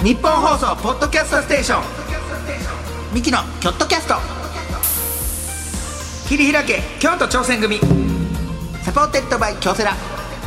日本放送ポッドキャストステーションミキのキョットキャスト。切り開け京都挑戦組サポーテッドバイ京セラ。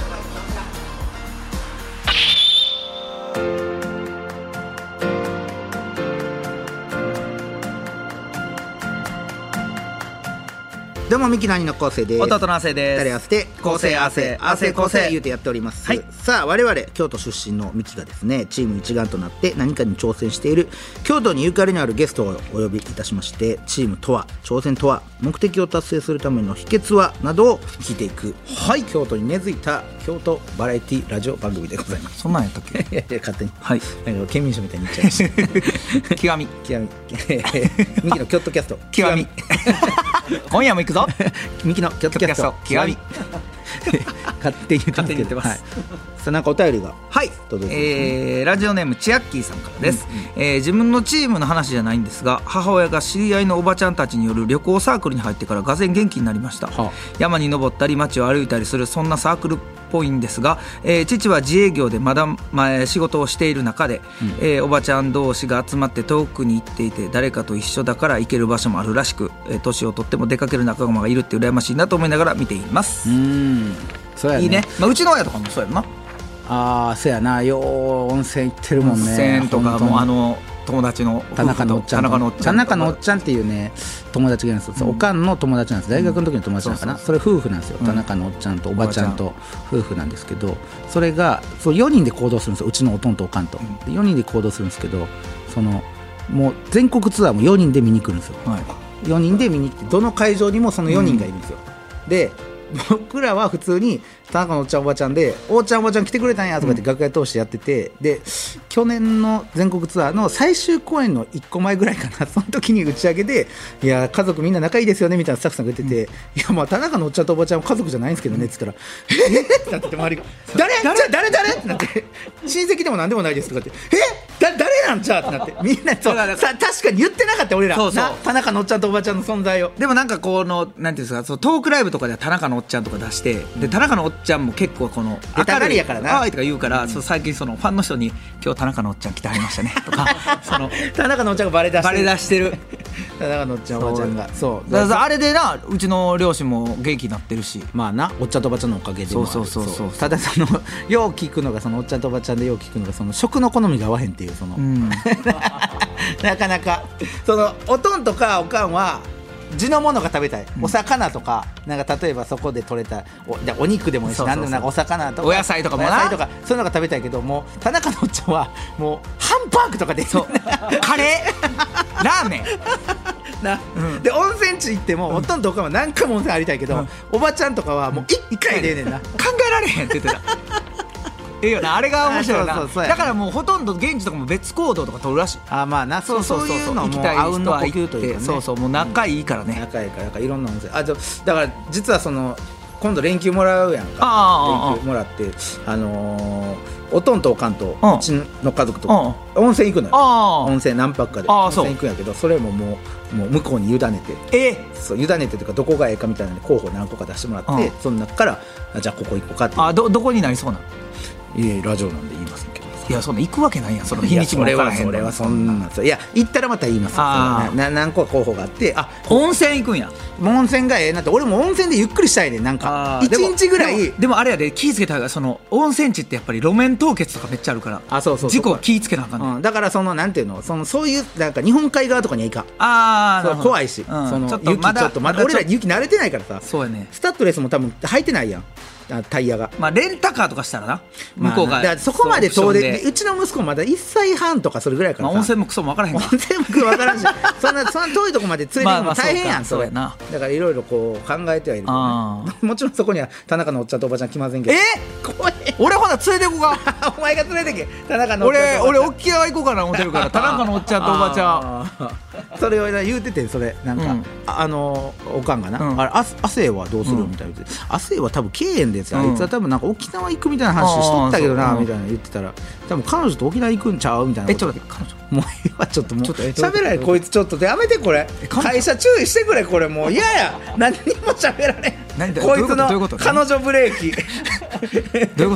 どうもミキの兄の昴生です。 弟の亜生です。 二人合わせて昴生亜生亜生昴生言うてやっております、 はい、 さあ我々京都出身のミキがですね、チーム一丸となって何かに挑戦している京都にゆかりのあるゲストをお呼びいたしまして、チームとは、挑戦とは、目的を達成するための秘訣はなどを聞いていく、はい、京都に根付いた京都バラエティラジオ番組でございます。 そんなんやったっけ？ いやいや勝手に、 はい、 県民賞みたいに言っちゃいました極みミキのキョットキャスト極み今夜も行くぞミキのキョットキャスト極み勝手に言ってます、はい、さあなんかお便りがはい届いて、 ラジオネームチアッキーさんからです、自分のチームの話じゃないんですが、母親が知り合いのおばちゃんたちによる旅行サークルに入ってからがぜん元気になりました、山に登ったり街を歩いたりするそんなサークルっぽいんですが、父は自営業でまだ仕事をしている中で、おばちゃん同士が集まって遠くに行っていて、誰かと一緒だから行ける場所もあるらしく、年をとっても出かける仲間がいるって羨ましいなと思いながら見ています。 そうやね、 いいね、うちの親とかもそうやな。 そうやな、よう温泉行ってるもんね。 温泉とかも友達の田中のおっちゃんっていうね友達がいるんですよ、おかんの友達なんです。大学の時の友達なのかな、それ夫婦なんですよ、田中のおっちゃんとおばちゃんと夫婦なんですけど、それが4人で行動するんですよ、うちのおとんとおかんと、4人で行動するんですけど、もう全国ツアーも4人で見に来るんですよ、4人で見に来て、どの会場にもその4人がいるんですよ、で僕らは普通に田中のおっちゃんおばちゃんで、おちゃんおばちゃん来てくれたんやとかって楽屋通してやってて、で去年の全国ツアーの最終公演の1個前ぐらいかな、その時に打ち上げで、いや家族みんな仲いいですよねみたいなスタッフさんが言ってて、いやまあ田中のおっちゃんとおばちゃんは家族じゃないんですけどねって言ったら、ってなってて、周りが誰ってなって、親戚でも何でもないですとかって、誰なんじゃってなって、みんな確かに言ってなかった俺ら、田中のおっちゃんとおばちゃんの存在を。でもなんかこのなんていうんですか、トークライブとかでは田中のおっちゃんとか出して、で田中のおっちゃんも結構この明るいやからな、 とか言うから、最近ファンの人に今日田中のおっちゃん来てはりましたねとか田中のおっちゃんがバレ出してる田中のおっちゃんおばちゃんが、そうだからあれでな、うちの両親も元気になってるし、 まあな、おっちゃんとおばちゃんのおかげでもある。そうただよう聞くのが、おっちゃんとおばちゃんでよう聞くのが、食の好みが合わへんっていう、なかなかおとんとかおかんは地のものが食べたい、お魚とか、なんか例えばそこで取れた お肉でもいいし、何でもなんかお魚とかお野菜とかもな、 そういうのが食べたいけど、もう田中のおっちゃんはもうハンバーグとかでカレーラーメンで温泉地行っても、おとんとおかんは何回も温泉ありたいけど、おばちゃんとかはもう1回でええねんな、 考えられへんって言ってたいいよな、あれが面白いな。だからもうほとんど現地とかも別行動とか取るらしい。 まあな、そういうのもあうんの呼吸というかね、 もう仲いいからね、 仲いいからいろんな温泉だから実は今度連休もらうやんか、連休もらって、おとんとおかんとうちの家族と温泉行くのよ、温泉何泊かで温泉行くんやけど、それももう向こうに委ねて、委ねてというか、どこがええかみたいなの候補何個か出してもらって、その中からじゃあここ行こうかって。 どこになりそうなの？ ラジオなんで言いませんけど。 いや、そんな行くわけないやん、その日にちも分からへんの。 それはそんなんですよ。いや、行ったらまた言います。何個か候補があって、 温泉行くんや。 温泉がええなって、俺も温泉でゆっくりしたいね、なんか1日ぐらい。 でもあれやで、気ぃつけた方が、温泉地ってやっぱり路面凍結とかめっちゃあるから、事故気ぃつけなあかんね。 だからなんていうの、そういうなんか日本海側とかにはいかん、怖いし、雪ちょっとまだ俺ら雪慣れてないからさ、 そうやね、 スタッドレスも多分履いてないやん、タイヤが。 レンタカーとかしたらな、向こうが、 だからそこまで遠出、うちの息子まだ1歳半とかそれぐらいからさ、 温泉もクソも分からへんから、 温泉も分からんしそんな遠いとこまで連れて行くの大変やん、 そうやな。 だからいろいろこう考えてはいるけどね、もちろんそこには田中のおっちゃんとおばちゃん来ませんけど。怖い。 俺ほな連れてこうかお前が連れてけ、田中のおっちゃんとおばちゃん。 俺沖縄行こうかな思ってるから田中のおっちゃんとおばちゃんそれを言うてて、それなんか、おかんがな、あれ亜生はどうするみたいな、亜生は多分経営で、あいつは多分なんか沖縄行くみたいな話しとったけどなみたいな言ってたら、多分彼女と沖縄行くんちゃうみたいな。 ちょっと待って、彼女もう今ちょっともう喋らない、こいつちょっとやめて、これ会社注意してくれ、これもう嫌や、何にも喋られん、こいつの彼女ブレーキどういうこと？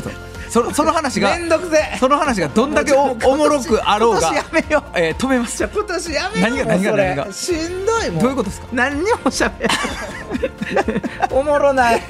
その話がめんどくせえ。 その話がどんだけ おもろくあろうが今年やめよう。 止めます。 じゃあ今年やめよう。 何がもうそれ何がしんどいもん。 どういうことですか。 何にもしゃべるおもろない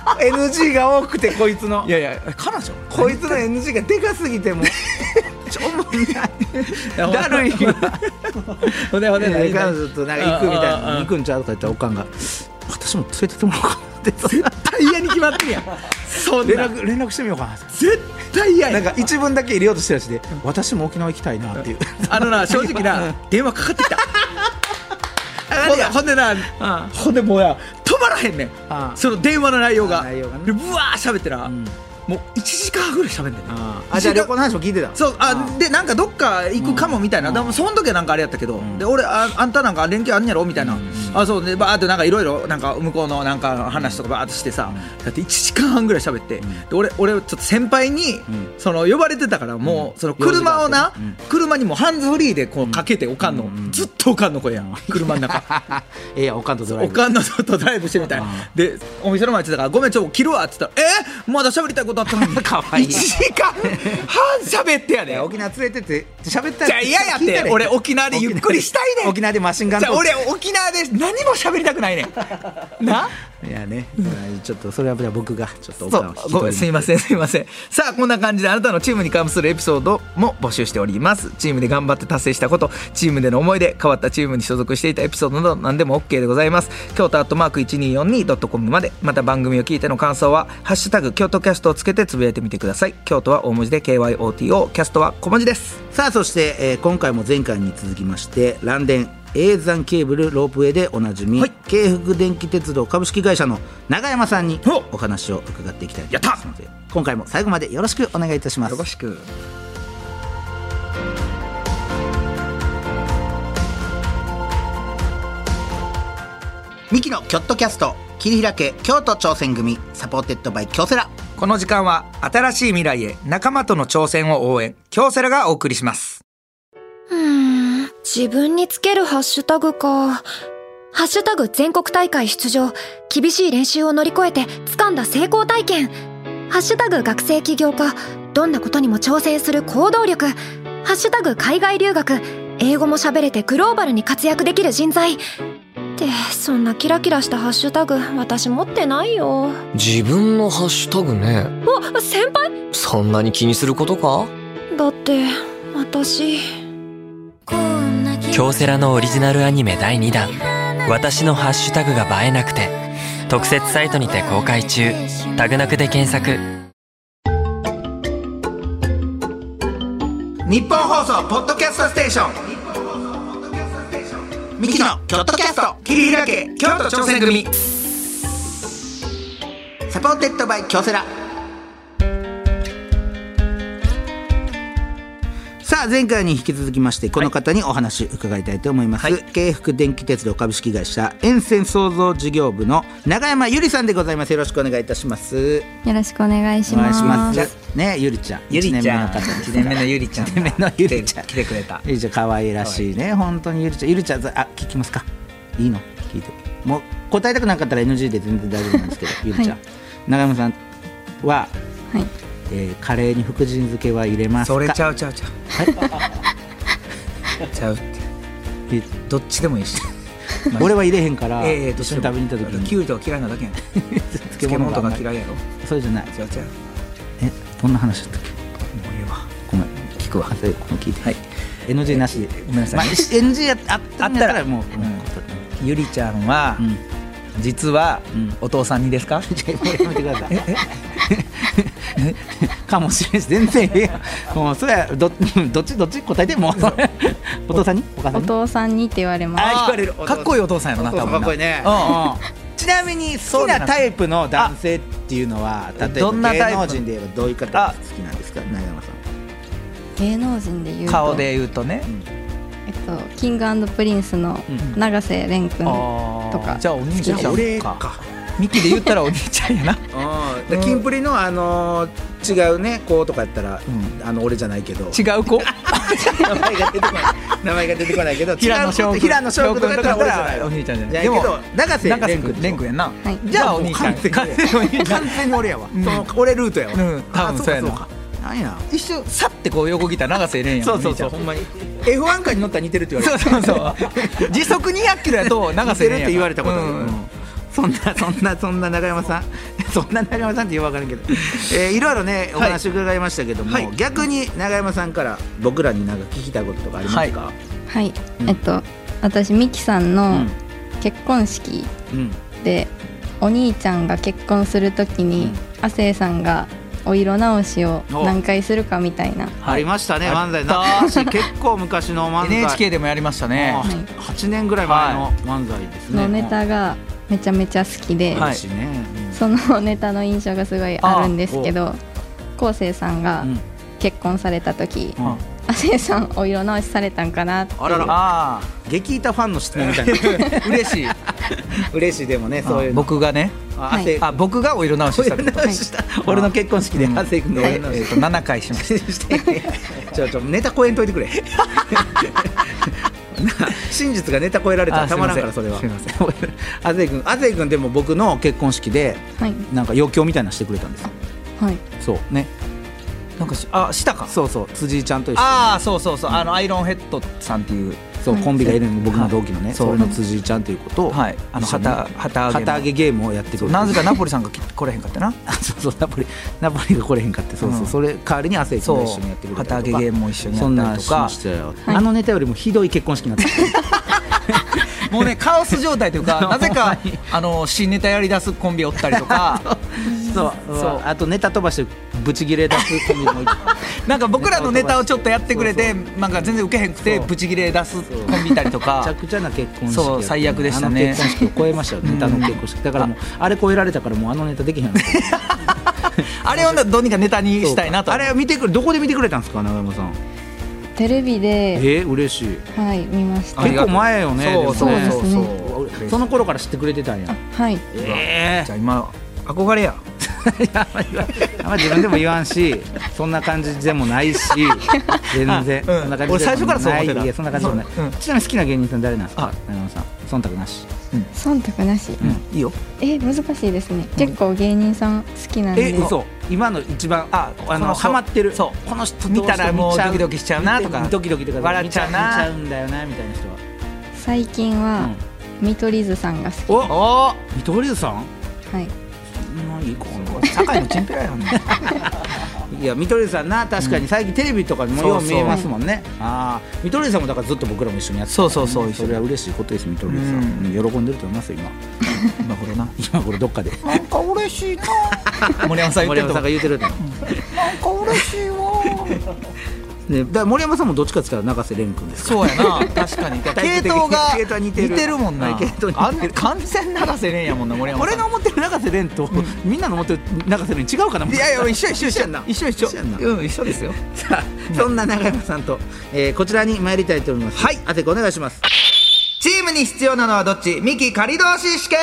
NG が多くて、こいつのいやいや彼女こいつの NG がでかすぎてもおもんないだるいほんで彼女となんか行くみたいな、行くんちゃうとか言ったらおかんが私も連れてってもらおうかなって絶対嫌に決まってるやんそんな連絡してみようかな絶対嫌やなんか一文だけ入れようとしてるしで、私も沖縄行きたいなっていう正直な電話かかってきたほんでな、ほんでもうや止まらへんねん、その電話の内容がでブワー喋ってな、もう1時間ぐらい喋んねんね。 じゃあ旅行の話も聞いてた。 そうでなんかどっか行くかもみたいな、でもその時はなんかあれやったけど、で俺あんたなんか連休あんやろみたいな、そうでバーってなんかいろいろなんか向こうのなんか話とかバーってしてさ、だって1時間半ぐらい喋って、で俺ちょっと先輩にその呼ばれてたから、もうその車をな、車にもハンズフリーでこうかけておかんの、ずっとおかんの声やん車の中いやおかんとドライブ、 おかんのとドライブしてみたいで、お店の前って言ってたから、ごめんちょっと切るわって言ったら、まだ喋りたいことあったのにかわいい 1時間半喋ってやで。 沖縄連れてって喋ったらじゃあ嫌やって、俺沖縄でゆっくりしたいねん。 沖縄でマシンガンじゃあ俺沖縄で何も喋りたくないねんないやね、ちょっとそれは僕がちょっとおそうごめんすいませんさあこんな感じであなたのチームに関するエピソードも募集しております。チームで頑張って達成したこと、チームでの思い出、変わったチームに所属していたエピソードなど何でも OK でございます。京都@1242.com まで、また番組を聞いての感想はハッシュタグ京都キャストをつけてつぶやいてみてください。京都は大文字で KYOTO、 キャストは小文字です。 さあそして、今回も前回に続きまして蘭電永山ケーブルロープウェイでおなじみ、京福電気鉄道株式会社の永山さんにお話を伺っていきたいと思いますので、今回も最後までよろしくお願いいたします。 よろしく。 ミキのキョットキャスト切り開け京都挑戦組、サポーテッドバイ京セラ。 この時間は新しい未来へ、仲間との挑戦を応援、京セラがお送りします。 自分につけるハッシュタグか。ハッシュタグ全国大会出場、厳しい練習を乗り越えて掴んだ成功体験。ハッシュタグ学生起業家、どんなことにも挑戦する行動力。ハッシュタグ海外留学、英語も喋れてグローバルに活躍できる人材。ってそんなキラキラしたハッシュタグ私持ってないよ。 自分のハッシュタグね。 先輩そんなに気にすることか。 だって私京セラのオリジナルアニメ第2弾、私のハッシュタグが映えなくて、特設サイトにて公開中。タグなくで検索。 日本放送ポッドキャストステーション、ミキのキョットキャスト切り開け京都挑戦組、 サポーテッドバイ京セラ。さあ前回に引き続きましてこの方にお話伺いたいと思います、京福電気鉄道株式会社沿線創造事業部の永山ゆりさんでございます。よろしくお願いいたします。 よろしくお願いします。 お願いしますね。ゆりちゃん、 ゆりちゃん 1年目の方です、 1年目のゆりちゃん、 1年目のゆりちゃん来てくれた。 ゆりちゃん可愛らしいね、本当にゆりちゃん。ゆりちゃん、聞きますか。いいの聞いて、もう答えたくなかったら NG で全然大丈夫なんですけどゆりちゃん、永山さんは、カレーに福神漬けは入れますか。 それちゃうちゃうちゃう、ちゃうって、どっちでもいいし俺は入れへんから、 一緒に食べに行った時にキュウリとか嫌いなだけやん漬物とか嫌いやろ。 それじゃない。 ちゃうちゃう。 どんな話だったっけ。 もうええわ、 ごめん聞くわ。この聞いて、 はい、 NG なしでごめんなさい、 NG あったらもう、 ゆりちゃんは、実は、お父さんにですか。 やめてくださいかもしれんし、全然ええやん。もうそれはどっち答えてもお父さんにお母さんに。 お父さんにって言われます。 言われる。 かっこいいお父さんやろな。 かっこいいね。ちなみに好きなタイプの男性っていうのは、例えば芸能人で言えばどういう方が好きなんですか、永山さん。 芸能人で言うと、 顔で言うとね、 キング&プリンスの永瀬廉君とか。 じゃあお兄ちゃん俺か。 ミキで言ったらお兄ちゃんやな。 キンプリの違うね子とかやったら、俺じゃないけど違う子名前が出てこないけど、 平野翔君とかだったらお兄ちゃんじゃない。 でも永瀬廉君やな。 じゃあお兄ちゃん、完全に俺やわ。俺ルートやわ。 多分そうやな。 なんや一瞬さってこう横切った永瀬廉やん。 そうそうそう、ほんまに F1 カーに乗ったら似てるって言われて、 そうそうそう時速200キロやと永瀬廉や似てるって言われたことある、 うんそんな永山さんそんな永山さんって言うわからんけど、いろいろねお話伺いましたけども、 はい逆に永山さんから僕らになんか聞きたいこととかありますか？ はい、 うん私ミキさんうのん結婚式うんで、お兄ちゃんが結婚するときに、亜生さんがお色直しを何回するかみたいな、 ありましたね、漫才あった懐かしい、結構昔の漫才 NHK でもやりましたね。 あー8年ぐらい前の漫才ですね、 のネタがめちゃめちゃ好きで、 はい嬉しいね、 そのネタの印象がすごいあるんですけど、昴生さんがうん結婚された時、 うん亜生さんお色直しされたんかなっていう。 あららあ激イタファンの質問みたいなあ嬉しい。 嬉しい、でもね、そういうの僕がね、 はい亜生あ僕がお色直ししたってこと。 俺の結婚式で亜生君の俺の 7回しました。 ちょネタ超えんといてくれ真実がネタ超えられたらたまらんから、それはすいません亜生君でも僕の結婚式ではいなんか余興みたいなのしてくれたんですよ。 はいそうね、 なんかしたか。 そうそう、辻井ちゃんと一緒にああそうそうそう、アイロンヘッドさんっていう、 そうコンビがいるのに僕の同期のね、 そうそれの辻井ちゃんということを、 はい、 一緒に旗揚げゲームをやってくれて、 なぜかナポリさんが来れへんかったな。 そうそう、ナポリが来れへんかって、そうそう、 うんそれ代わりに亜生君そうが一緒にやってくれた旗揚りとか、 げゲームも一緒にやそんったりとかなしまし、たよ、 はいあのネタよりもひどい結婚式になってもうねカオス状態というかなぜか新ネタやり出すコンビおったりとかそうそうあとネタ飛ばしてブチギレ出すコンビもいてなんか僕らのネタをちょっとやってくれてなんか全然ウケへんくてそうブチギレ出すコンビいたりとめちゃかくちゃな結婚式そうやって最悪でしたねあの結婚式を超えましたよ、ネタの結婚式だからもうあれ超えられたからもうあのネタできへんようになったあれをどうにかネタにしたいなと。 あれはどこで見てくれたんですか、長山さん。 テレビで、 嬉しい、 はい、見ました。 ありがとう結構前よね。でもそうそうですねそうその頃から知ってくれてたんや。 はい、 じゃあ今憧れや。 あんま自分でも言わんし、そんな感じでもないし、全然うんそんな感じでもない。 俺最初からそう思ってたいや、そんな感じでもない、 うんちなみに好きな芸人さん誰なんですか、長山さん。忖度なし。 忖度なし、 いいよ。 難しいですね。結構芸人さん好きなんで、 嘘、今の一番この人ハマってる、 そうこの人見たらもうどしてドキドキしちゃうなとかドキドキとか笑っちゃうな見ちゃうんだよなみたいな人は。 最近は、見取り図さんが好き。 お見取り図さん、 はい、 いいかな。 堺のチンピラやんね。 いや見取り図さんな、確かに最近テレビとかにもよう見えますもんね。ああ、見取り図さんもだからずっと僕らも一緒にやってたからね、 そうそうそうそれは嬉しいことです。見取り図さん、喜んでると思いますよ今頃な。 今これどっかでなんか嬉しいな。森山さん言ってると森山さんが言ってると思なんか嬉しいわ。 う、ね、だから森山さんもどっちかって言ったら永瀬廉君ですか。 そうやな、確かに系統が系統似てるもんな。 はい系統似てるあん完全永瀬廉やもんな、森山さん。 俺の思ってる永瀬廉と、みんなの思ってる永瀬廉違うかな。 いやいや一緒やんな一緒一緒やんなうん一緒ですよ。 さあ、そんな永山さんと、こちらに参りたいと思います。 はい、 あてくお願いします。 チームに必要なのはどっち？ミキ仮同士試験。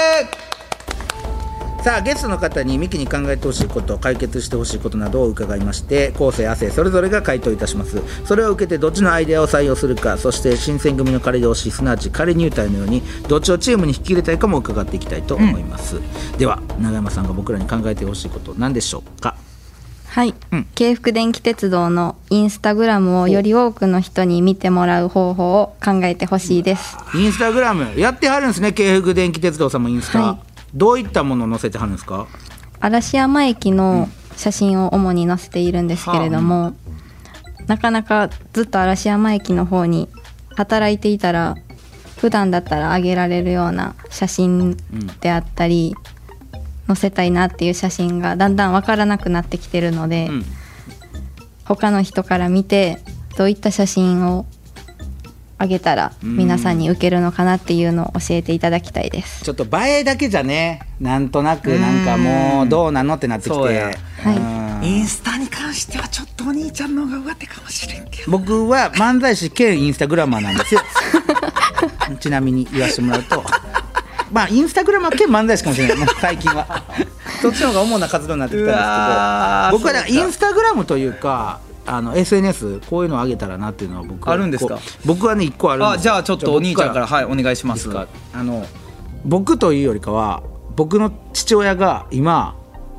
さあ、ゲストの方にミキに考えてほしいこと、解決してほしいことなどを伺いまして、昴生亜生それぞれが回答いたします。それを受けてどっちのアイデアを採用するか、そして新選組の仮同士、すなわち仮入隊のようにどっちをチームに引き入れたいかも伺っていきたいと思います、では永山さんが僕らに考えてほしいこと何でしょうか。 はい、 うん京福電気鉄道のインスタグラムをより多くの人に見てもらう方法を考えてほしいです。 インスタグラムやってはるんですね。京福電気鉄道さんもインスタ、 はい、 どういったものを載せてはるんですか。 嵐山駅の写真を主に載せているんですけれども、なかなかずっと嵐山駅の方に働いていたら普段だったら上げられるような写真であったり、載せたいなっていう写真がだんだん分からなくなってきてるので、他の人から見てどういった写真を上げたら皆さんに受けるのかなっていうのを教えていただきたいです。 ちょっと映えだけじゃね、なんとなくなんかもうどうなのってなってきて、 そうやインスタに関してはちょっとお兄ちゃんの方が上手かもしれんけど、 僕は漫才師兼インスタグラマーなんですよちなみに言わせてもらうとまあインスタグラマー兼漫才師かもしれない最近はそっちの方が主な活動になってきたんですけど、僕はねインスタグラムというかSNS こういうのを上げたらなっていうのは僕はあるんですか。 僕はね1個あるんですよ。 じゃあちょっとお兄ちゃんからはいお願いします。 僕というよりかは僕の父親が今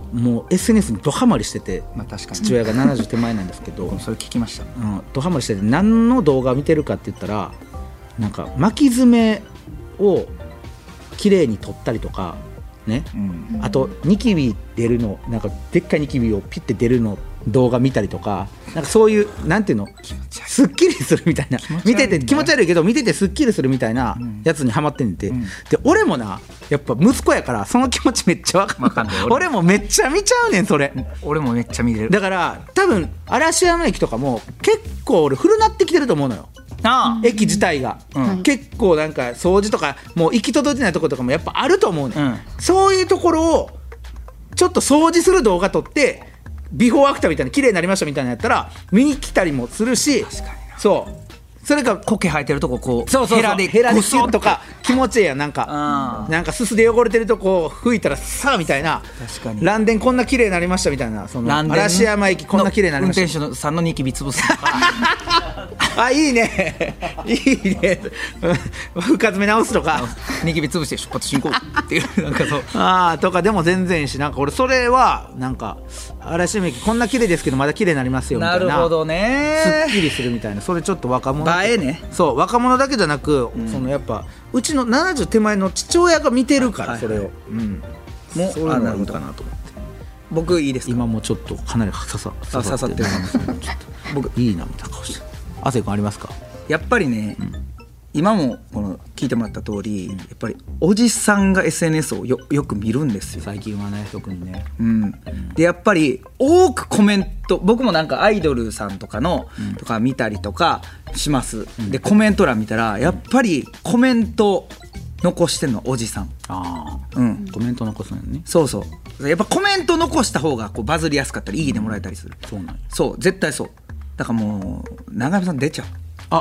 もう SNS にドハマりしてて、 まあ確かに父親が70手前なんですけどそれ聞きました。 ドハマりしてて、何の動画を見てるかって言ったら、なんか巻き爪を綺麗に撮ったりとかね、あとニキビ出るの、なんかでっかいニキビをピッて出るの動画見たりとか、なんかそういうなんていうの、すっきりするみたいな、見てて気持ち悪いけど見ててすっきりするみたいなやつにハマってんて、で俺もな、やっぱ息子やからその気持ちめっちゃ分かんない。俺もめっちゃ見ちゃうねんそれ。 俺もめっちゃ見れる。 だから多分嵐山駅とかも結構俺古なってきてると思うのよ、駅自体が、結構なんか掃除とかもう行き届いてないところとかもやっぱあると思うね、そういうところをちょっと掃除する動画撮ってビフォーアフターみたいな綺麗になりましたみたいなやったら見に来たりもするし、そうそれか苔生えてるとここうそうヘラでキュッとか気持ちいいやん、なんあかすすで汚れてるとこ拭いたらさあみたいな、 確かに蘭電こんな綺麗になりましたみたいな、その嵐山駅こんな綺麗になりました、 運転手さんのニキビ潰すとかあ、いいねいいね深爪直すとかニキビ潰して出発進行っていうなんかそうとかでも全然いいし、なんか俺それはなんか嵐山駅こんな綺麗ですけどまだ綺麗になりますよみたいな、 なるほどね、 すっきりするみたいな、それちょっと若者映えね、 そう若者だけじゃなく、そのやっぱうちの70手前の父親が見てるから、それを、もうそういうのがいいかなと思って。 僕いいですか。 今もちょっとかなり刺さってる僕いいなみたいな顔して。亜生君ありますか。 やっぱりね、今もこの聞いてもらった通り、やっぱりおじさんが SNS をよく見るんですよ最近はね、特にね、 でやっぱり多くコメント、僕もなんかアイドルさんとかの、とか見たりとかします、でコメント欄見たらやっぱりコメント残してるのおじさん、 コメント残すのよね。 そうやっぱコメント残した方がこうバズりやすかったりいいねもらえたりする。そう絶対そうだからもう永山さん出ちゃ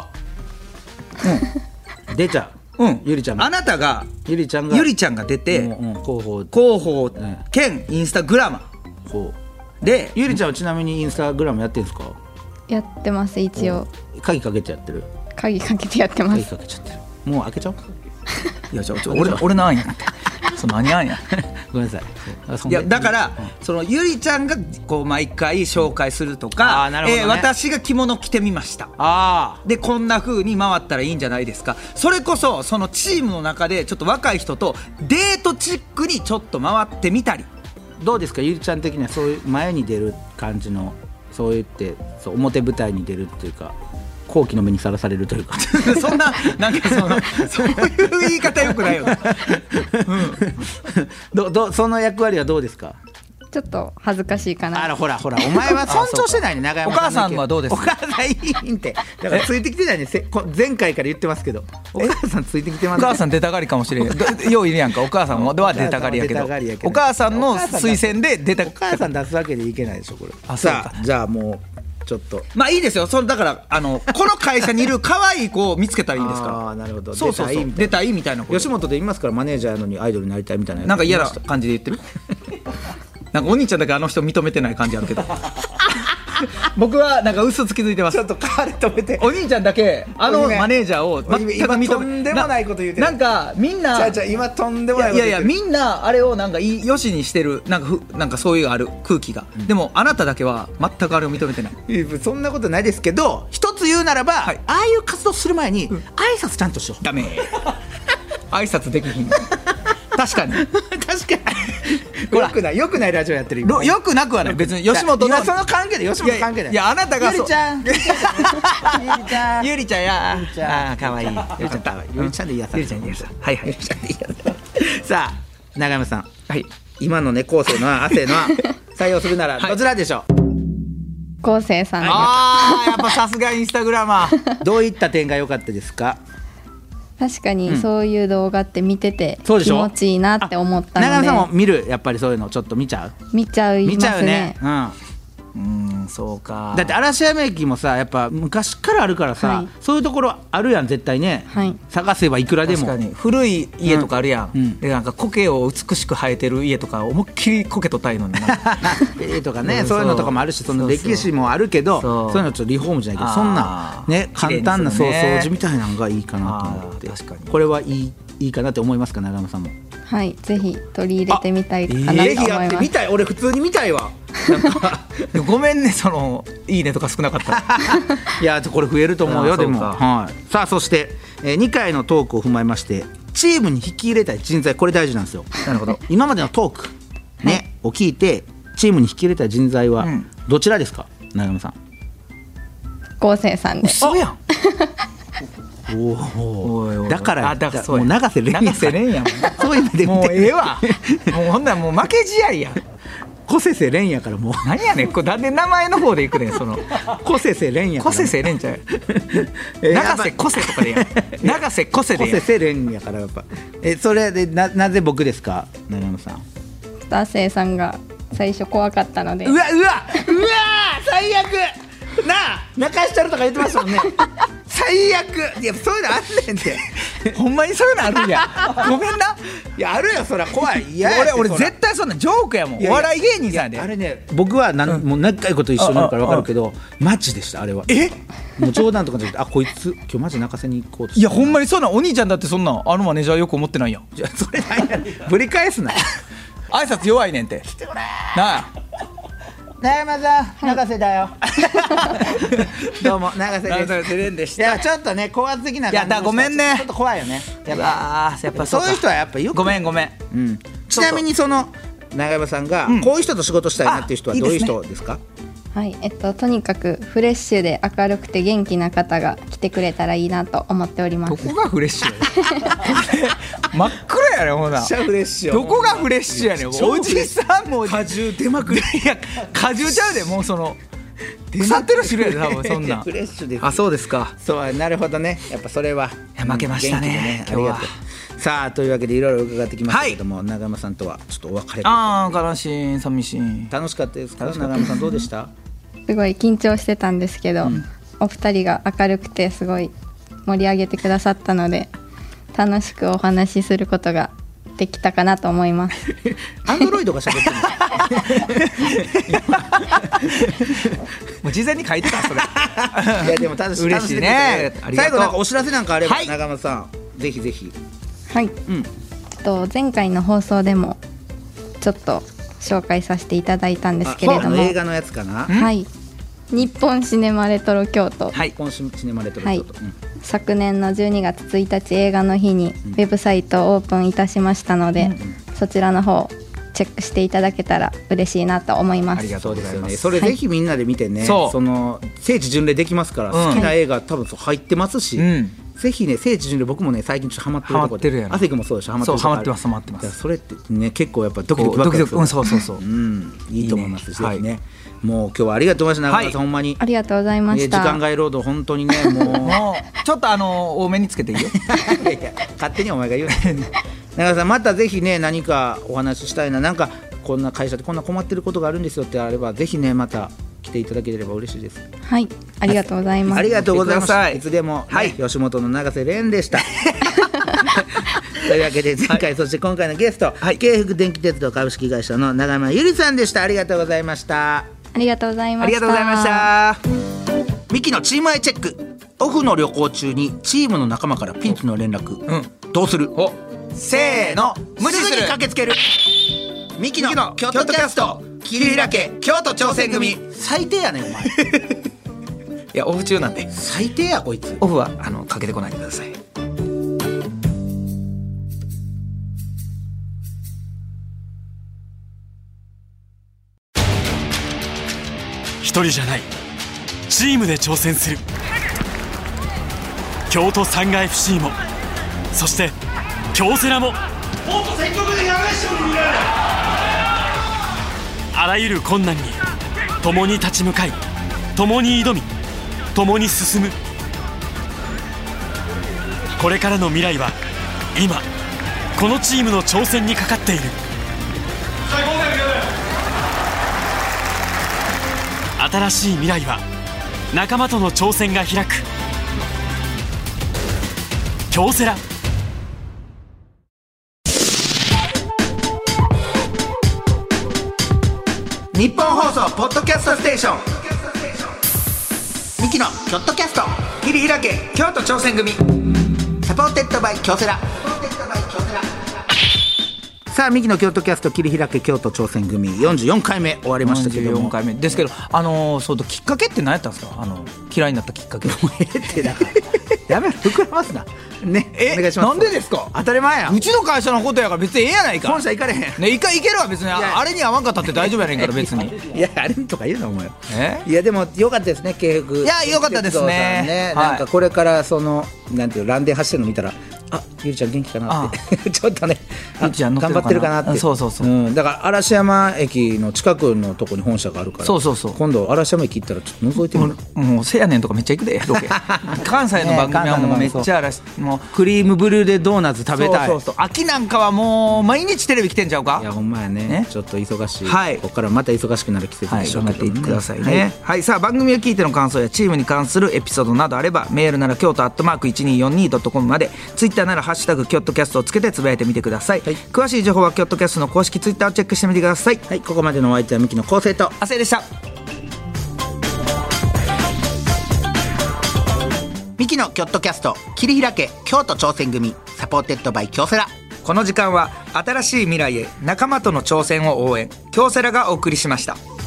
う、 出ちゃう、ゆりちゃんが、 あなたがゆりちゃんが出て、 広報兼インスタグラマーで、ゆりちゃんはちなみにインスタグラムやってるんですか。 やってます、一応鍵かけてやってる。 鍵かけてやってます。 鍵かけちゃってる。もう開けちゃおう。 いや俺なんやってその何やんやごめんなさい。 いやだから、そのゆりちゃんがこう毎回紹介するとか、私が着物着てみました、でこんな風に回ったらいいんじゃないですか。それこそそのチームの中でちょっと若い人とデートチックにちょっと回ってみたり。 どうですかゆりちゃん的には、そういう前に出る感じの、そう言って表舞台に出るっていうか、好奇の目にさらされるというかそんななんかそういう言い方よくないよその役割はどうですか。 ちょっと恥ずかしいかな。 ほらお前は尊重してないね永山さん。お母さんはどうですか。 お母さんいいんってだからついてきてないね前回から言ってますけど、お母さんついてきてます。 お母さん出たがりかもしれんよういるやんか。お母さんは出たがりやけど、お母さんの推薦で出た。 お母さん出すわけでいけないでしょこれ。さあじゃあもうちょっとまあいいですよ。だからこの会社にいる可愛い子を見つけたらいいんですから。 なるほど。 そう出たいみたいな。 吉本で言いますからマネージャーやのにアイドルになりたいみたいな。 なんか嫌な感じで言ってるなんかお兄ちゃんだけあの人認めてない感じあるけど僕はなんか嘘つきづいてます。 ちょっとカーで止めて。 お兄ちゃんだけマネージャーを全く認め今とんでもないこと言うてる。 なんかみんな今とんでもないこと言うてる。 いやみんなあれをなんかよしにしてるなんかそういうある空気が、でもあなただけは全くあれを認めてない。 そんなことないですけど、一つ言うならば、ああいう活動する前に挨拶ちゃんとしよう。 ダメ挨拶できひん確かによくないラジオやってる今。 よくなくはない別に。吉本のその関係で吉本関係で。 いやあなたがゆりちゃんゆりちゃんやかわいいゆりちゃんでいいやつ。 ゆりちゃんでいいやつ。はいはい。 さあ永山さん、今のね昴生の亜生の採用するならどちらでしょう。 昴生さん。 やっぱさすがインスタグラマー。 どういった点が良かったですか。 確かにそういう動画って見てて気持ちいいなって思ったので。 永山さんも見る。やっぱりそういうのちょっと見ちゃうね。 そうか。 だって嵐山駅もさやっぱ昔からあるからさ、そういうところあるやん絶対ね、探せばいくらでも。 確かに古い家とかあるやん、でなんか苔を美しく生えてる家とか思いっきり苔取ったいのにとかね、そういうのとかもあるし、その歴史もあるけど、そういうのちょっとリフォームじゃないけど、そんなね簡単な掃除みたいなのがいいかなと思って。これはいいかなって思いますか永山さんも。 はい、ぜひ取り入れてみたいかなと思いぜひやってます。 みたい。俺普通に見たいわ。なんかごめんね、そのいいねとか少なかったらいやこれ増えると思うよ。でも、 そうかはい。さあそして、2回のトークを踏まえましてチームに引き入れたい人材、これ大事なんですよ。 なるほど。 今までのトーク、ねを聞いてチームに引き入れたい人材はどちらですか、長山さん。 昴生さんで。 そうやん。 おおいおいだからだからそうやもう永瀬廉や永瀬廉やもんそういう意味でもうええわもうほんならもう負け試合やん。 小瀬瀬廉やからもう何やねん、これなんで名前の方でいくねん、その小瀬瀬廉やから小瀬瀬廉ちゃうやっぱ永瀬小瀬とかでやん永瀬小瀬でやん。 小瀬瀬廉やからやっぱそれでなぜ僕ですか、長山さん。 達成さんが最初怖かったので。 うわ最悪なあ、泣かしちゃるとか言ってましたもんね最悪。いやそういうのあんねんってほんまにそういうのあるんやごめんな。 いやあるよ、そら怖い。いや俺絶対そんなジョークやもん。お笑い芸人さんであれね、僕はもう長いこと一緒になるから分かるけどマジでした、あれは。もう冗談とかじゃなくて、あこいつ今日マジ泣かせに行こうとして。 いやほんまにそんな、お兄ちゃんだってそんなマネージャーよく思ってないやん。 いやそれなんやぶり返すな挨拶弱いねんてなあ。 長山さん、永瀬だよどうも永瀬です。 永瀬廉でしいやちょっとね高圧的な感じの人。 いやだごめんねちょっと怖いよね。やっぱそういう人はやっぱよく。 ごめん、 ちなみにその長山さんがこういう人と仕事したいなっていう人はどういう人ですか。 はい、とにかくフレッシュで明るくて元気な方が来てくれたらいいなと思っております。 どこがフレッシュやねん真っ黒やねんほな。 フレッシュ。 どこがフレッシュやねん。おじさんも果汁出まくり。 いや果汁ちゃうで、もうその腐ってる汁やで多分そんなフレッシュです。 あ、そうですか。 そうなるほどね。やっぱそれは。 いや負けましたね元気でね、ありがとう。さあというわけでいろいろ伺ってきましたけども、長山さんとはちょっとお別れ。 悲しい、寂しい。 楽しかったですか。長山さんどうでした。 すごい緊張してたんですけど、お二人が明るくてすごい盛り上げてくださったので楽しくお話しすることができたかなと思います。 アンドロイドが喋ってるもう事前に書いてたそれいやでも楽しい嬉しいね。 最後なんかお知らせなんかあれば、 はい、 長山さんぜひぜひ。 はい、前回の放送でもちょっと紹介させていただいたんですけれども、 映画のやつかな。 はい、日本シネマレトロ京都、 日本シネマレトロ京都、 昨年の12月1日映画の日にウェブサイトをオープンいたしましたので、そちらの方チェックしていただけたら嬉しいなと思います。 ありがとうございます。 それぜひみんなで見てね、その聖地巡礼できますから、好きな映画多分入ってますし、ぜひね聖地巡礼、僕もね最近ちょっとハマってるところで、汗くもそうでしょ。ハマってます。それってね結構やっぱドキドキばっかりする。 そういいと思いますし、ぜひね。もう今日はありがとうございました。長山さんほんまにありがとうございました。 時間外労働本当にねもうちょっと多めにつけていいよいやいや勝手にお前が言う長山さんまたぜひね何かお話ししたいな、なんかこんな会社でこんな困ってることがあるんですよってあればぜひねまた来ていただければ嬉しいです。 はい、ありがとうございます。 ありがとうございます。いつでも、吉本の永瀬廉でしたというわけで前回、そして今回のゲスト、京福電気鉄道株式会社の長山ゆりさんでした。ありがとうございました。 ありがとうございました。 ありがとうございました。 ミキのチームアイチェック。オフの旅行中にチームの仲間からピンチの連絡、どうする？ せーの、無視する。 すぐに駆けつける。ミキの京都キャスト桐平家京都挑戦組。最低やねんお前いやオフ中なんで。 最低やこいつ。 オフはかけてこないでください。 一人じゃない、チームで挑戦する京都サンガ FC も、そして京セラも、もっと積極的に話してくれ。あらゆる困難に共に立ち向かい、共に挑み、共に進む。これからの未来は今このチームの挑戦にかかっている。新しい未来は仲間との挑戦が開く。京セラ。 日本放送ポッドキャストステーションミキのキョットキャスト桐平家京都挑戦組、サポーテッドバイ京セラ。 さあミキの京都キャスト切り開け京都挑戦組44回目終わりましたけども、 44回目ですけど、そうときっかけって何やったんですか？嫌いになったきっかけ。 もうってだからやめろ、膨らますなね。お願いします。 なんでですか？ 当たり前やん。 うちの会社のことやから別にええやないか。 本社行かれへんね、いけるわ別に。あれに合わんかったって大丈夫やねんから別に。 いやあれとか言うなお前。いやでも良かったですね、京福。 いや良かったですね。 なんかこれからそのなんていうランデー走ってるの見たら、あ、ゆりちゃん元気かなってちょっとね、 ゆりちゃん頑張ってるかなって。 そうそうそう、 だから嵐山駅の近くのとこに本社があるから、 そうそうそう、 今度嵐山駅行ったらちょっと覗いてみる。 もうせやねんとかめっちゃ行くでロケ関西の番組はもうめっちゃ嵐、もうクリームブルーでドーナツ食べたい。 そう秋なんかはもう毎日テレビ来てんちゃうか。 いやほんまやね、ちょっと忙しい、 はい、 ここからまた忙しくなる季節でしょう。 頑張っていってくださいね。はい、さあ番組を聞いての感想やチームに関するエピソードなどあれば、メールなら京都@1242.com まで、ツイッターならハッシュタグキョットキャストをつけてつぶやいてみてください。詳しい情報はキョットキャストの公式ツイッターをチェックしてみてください。 はい、ここまでのお相手はミキの昴生と亜生でした。 ミキのキョットキャスト切り開け京都挑戦組、サポーテッドバイ京セラ。 この時間は新しい未来へ仲間との挑戦を応援、京セラがお送りしました。